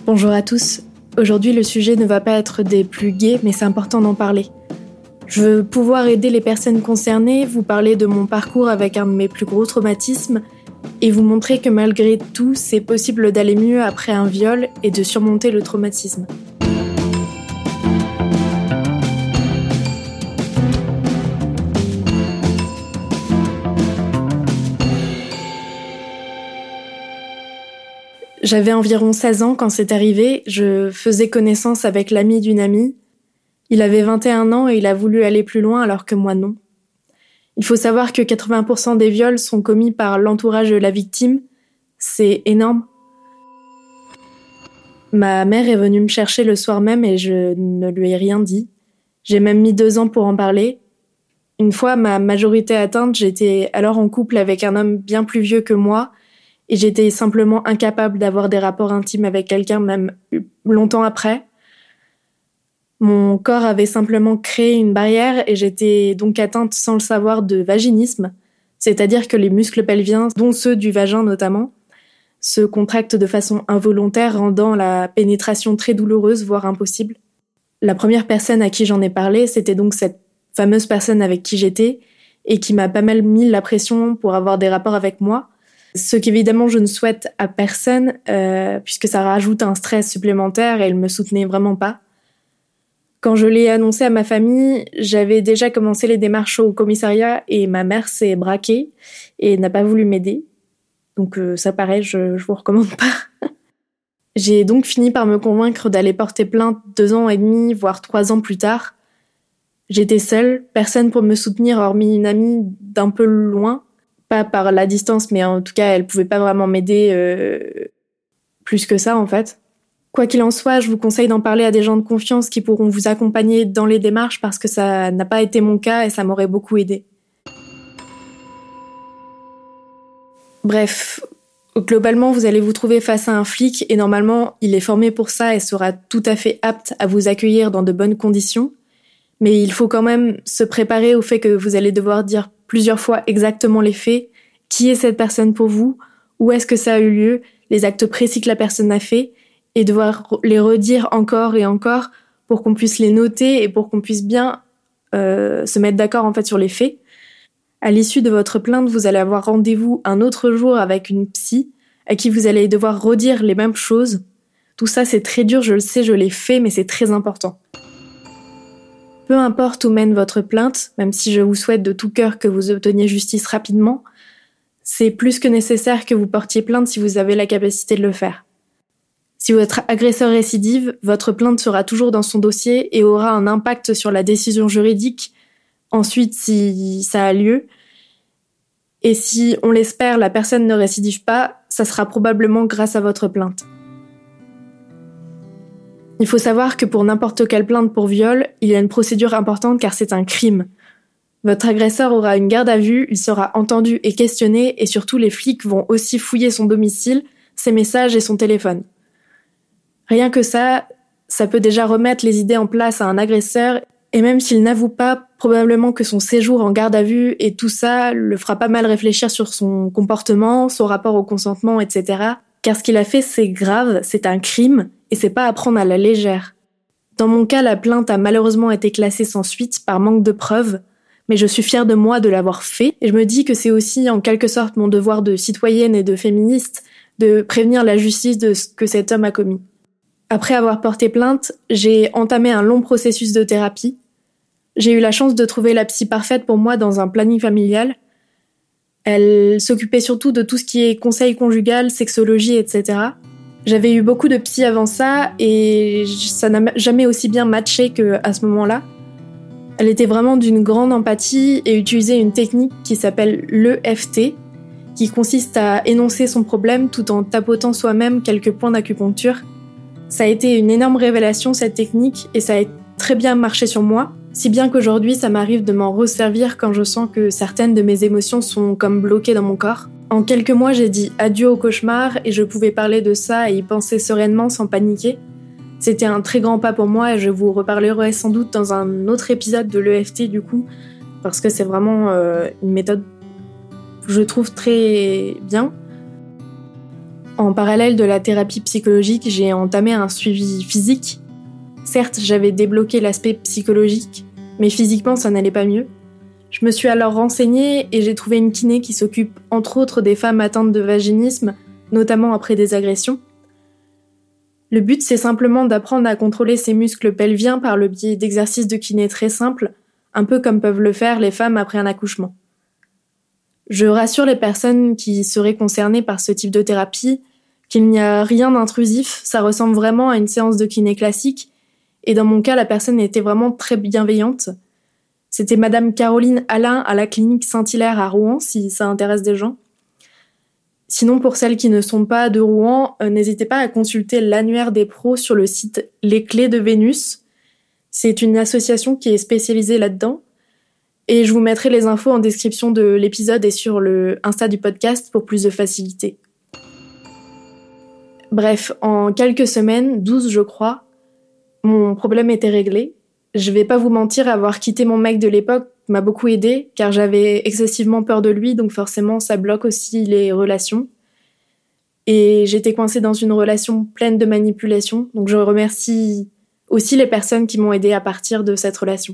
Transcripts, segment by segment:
Bonjour à tous. Aujourd'hui, le sujet ne va pas être des plus gais, mais c'est important d'en parler. Je veux pouvoir aider les personnes concernées, vous parler de mon parcours avec un de mes plus gros traumatismes et vous montrer que malgré tout, c'est possible d'aller mieux après un viol et de surmonter le traumatisme. J'avais environ 16 ans quand c'est arrivé, je faisais connaissance avec l'ami d'une amie. Il avait 21 ans et il a voulu aller plus loin alors que moi non. Il faut savoir que 80% des viols sont commis par l'entourage de la victime. C'est énorme. Ma mère est venue me chercher le soir même et je ne lui ai rien dit. J'ai même mis 2 ans pour en parler. Une fois ma majorité atteinte, j'étais alors en couple avec un homme bien plus vieux que moi et j'étais simplement incapable d'avoir des rapports intimes avec quelqu'un même longtemps après. Mon corps avait simplement créé une barrière et j'étais donc atteinte sans le savoir de vaginisme, c'est-à-dire que les muscles pelviens, dont ceux du vagin notamment, se contractent de façon involontaire, rendant la pénétration très douloureuse, voire impossible. La première personne à qui j'en ai parlé, c'était donc cette fameuse personne avec qui j'étais et qui m'a pas mal mis la pression pour avoir des rapports avec moi, ce qu'évidemment je ne souhaite à personne puisque ça rajoute un stress supplémentaire et elle me soutenait vraiment pas. Quand je l'ai annoncé à ma famille, j'avais déjà commencé les démarches au commissariat et ma mère s'est braquée et n'a pas voulu m'aider. Donc ça pareil, je vous recommande pas. J'ai donc fini par me convaincre d'aller porter plainte 2 ans et demi, voire 3 ans plus tard. J'étais seule, personne pour me soutenir hormis une amie d'un peu loin. Pas par la distance, mais en tout cas, elle pouvait pas vraiment m'aider plus que ça en fait. Quoi qu'il en soit, je vous conseille d'en parler à des gens de confiance qui pourront vous accompagner dans les démarches parce que ça n'a pas été mon cas et ça m'aurait beaucoup aidé. Bref, globalement, vous allez vous trouver face à un flic et normalement, il est formé pour ça et sera tout à fait apte à vous accueillir dans de bonnes conditions. Mais il faut quand même se préparer au fait que vous allez devoir dire plusieurs fois exactement les faits. Qui est cette personne pour vous? Où est-ce que ça a eu lieu? Les actes précis que la personne a fait? Et devoir les redire encore et encore pour qu'on puisse les noter et pour qu'on puisse bien se mettre d'accord en fait sur les faits. À l'issue de votre plainte, vous allez avoir rendez-vous un autre jour avec une psy à qui vous allez devoir redire les mêmes choses. Tout ça, c'est très dur, je le sais, je l'ai fait, mais c'est très important. Peu importe où mène votre plainte, même si je vous souhaite de tout cœur que vous obteniez justice rapidement, c'est plus que nécessaire que vous portiez plainte si vous avez la capacité de le faire. Si votre agresseur récidive, votre plainte sera toujours dans son dossier et aura un impact sur la décision juridique ensuite si ça a lieu. Et si, on l'espère, la personne ne récidive pas, ça sera probablement grâce à votre plainte. Il faut savoir que pour n'importe quelle plainte pour viol, il y a une procédure importante car c'est un crime. Votre agresseur aura une garde à vue, il sera entendu et questionné et surtout les flics vont aussi fouiller son domicile, ses messages et son téléphone. Rien que ça peut déjà remettre les idées en place à un agresseur et même s'il n'avoue pas, probablement que son séjour en garde à vue et tout ça le fera pas mal réfléchir sur son comportement, son rapport au consentement, etc. Car ce qu'il a fait, c'est grave, c'est un crime et c'est pas à prendre à la légère. Dans mon cas, la plainte a malheureusement été classée sans suite par manque de preuves, mais je suis fière de moi de l'avoir fait et je me dis que c'est aussi en quelque sorte mon devoir de citoyenne et de féministe de prévenir la justice de ce que cet homme a commis. Après avoir porté plainte, j'ai entamé un long processus de thérapie. J'ai eu la chance de trouver la psy parfaite pour moi dans un planning familial. Elle s'occupait surtout de tout ce qui est conseil conjugal, sexologie, etc. J'avais eu beaucoup de psy avant ça et ça n'a jamais aussi bien matché qu'à ce moment-là. Elle était vraiment d'une grande empathie et utilisait une technique qui s'appelle l'EFT, qui consiste à énoncer son problème tout en tapotant soi-même quelques points d'acupuncture. Ça a été une énorme révélation cette technique et ça a très bien marché sur moi, si bien qu'aujourd'hui ça m'arrive de m'en resservir quand je sens que certaines de mes émotions sont comme bloquées dans mon corps. En quelques mois, j'ai dit adieu au cauchemar et je pouvais parler de ça et y penser sereinement sans paniquer. C'était un très grand pas pour moi et je vous reparlerai sans doute dans un autre épisode de l'EFT du coup, parce que c'est vraiment une méthode que je trouve très bien. En parallèle de la thérapie psychologique, j'ai entamé un suivi physique. Certes, j'avais débloqué l'aspect psychologique, mais physiquement, ça n'allait pas mieux. Je me suis alors renseignée et j'ai trouvé une kiné qui s'occupe entre autres des femmes atteintes de vaginisme, notamment après des agressions. Le but, c'est simplement d'apprendre à contrôler ses muscles pelviens par le biais d'exercices de kiné très simples, un peu comme peuvent le faire les femmes après un accouchement. Je rassure les personnes qui seraient concernées par ce type de thérapie qu'il n'y a rien d'intrusif, ça ressemble vraiment à une séance de kiné classique, et dans mon cas, la personne était vraiment très bienveillante. C'était Madame Caroline Alain à la clinique Saint-Hilaire à Rouen, si ça intéresse des gens. Sinon, pour celles qui ne sont pas de Rouen, n'hésitez pas à consulter l'annuaire des pros sur le site Les Clés de Vénus. C'est une association qui est spécialisée là-dedans. Et je vous mettrai les infos en description de l'épisode et sur le Insta du podcast pour plus de facilité. Bref, en quelques semaines, 12 je crois, mon problème était réglé. Je vais pas vous mentir, avoir quitté mon mec de l'époque m'a beaucoup aidé, car j'avais excessivement peur de lui, donc forcément ça bloque aussi les relations. Et j'étais coincée dans une relation pleine de manipulation, donc je remercie aussi les personnes qui m'ont aidée à partir de cette relation.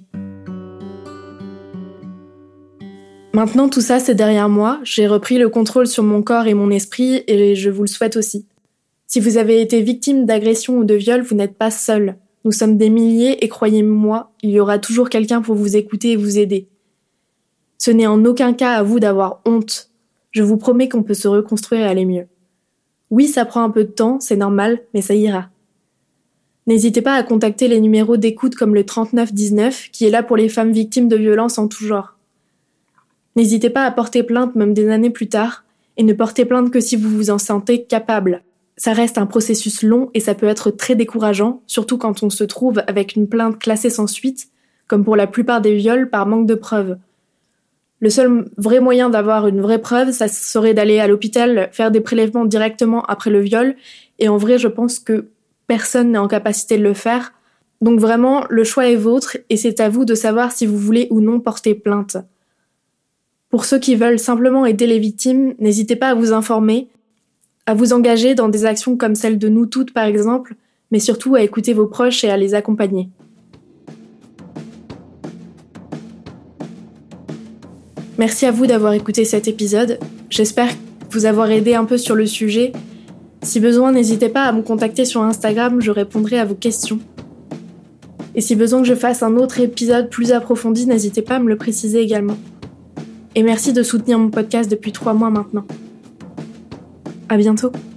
Maintenant tout ça c'est derrière moi, j'ai repris le contrôle sur mon corps et mon esprit, et je vous le souhaite aussi. Si vous avez été victime d'agression ou de viol, vous n'êtes pas seul. Nous sommes des milliers et croyez-moi, il y aura toujours quelqu'un pour vous écouter et vous aider. Ce n'est en aucun cas à vous d'avoir honte. Je vous promets qu'on peut se reconstruire et aller mieux. Oui, ça prend un peu de temps, c'est normal, mais ça ira. N'hésitez pas à contacter les numéros d'écoute comme le 3919 qui est là pour les femmes victimes de violences en tout genre. N'hésitez pas à porter plainte même des années plus tard et ne portez plainte que si vous vous en sentez capable. Ça reste un processus long et ça peut être très décourageant, surtout quand on se trouve avec une plainte classée sans suite, comme pour la plupart des viols par manque de preuves. Le seul vrai moyen d'avoir une vraie preuve, ça serait d'aller à l'hôpital, faire des prélèvements directement après le viol, et en vrai, je pense que personne n'est en capacité de le faire. Donc vraiment, le choix est vôtre et c'est à vous de savoir si vous voulez ou non porter plainte. Pour ceux qui veulent simplement aider les victimes, n'hésitez pas à vous informer, à vous engager dans des actions comme celle de Nous Toutes par exemple, mais surtout à écouter vos proches et à les accompagner. Merci à vous d'avoir écouté cet épisode, j'espère vous avoir aidé un peu sur le sujet. Si besoin, n'hésitez pas à me contacter sur Instagram, je répondrai à vos questions. Et si besoin que je fasse un autre épisode plus approfondi, n'hésitez pas à me le préciser également. Et merci de soutenir mon podcast depuis 3 mois maintenant. À bientôt.